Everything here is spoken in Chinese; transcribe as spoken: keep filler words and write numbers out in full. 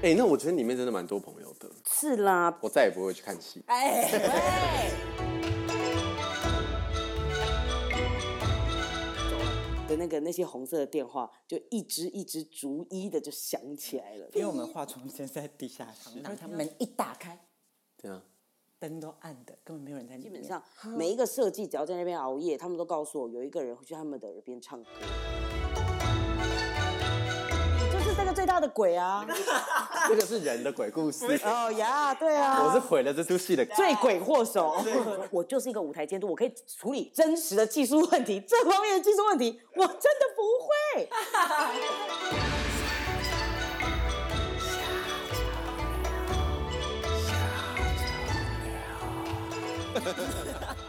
哎、欸，那我觉得里面真的蛮多朋友的。 是啦， 我再也不会去看戏。 哎喂。的那个那些红色的电话，就一只一只逐一的就响起来了。 因为我们化妆间在地下室，然后他门一打开， 对啊， 灯都暗的，根本没有人在里面。 基本上每一个设计只要在那边熬夜，他们都告诉我有一个人会去他们的耳边唱歌。就是这个最大的鬼啊！ 这个是人的鬼故事。 哦呀，对啊， 我是毁了这出戏的罪魁祸首。我就是一个舞台监督，我可以处理真实的技术问题，这方面的技术问题我真的不会。 下场了，下场了。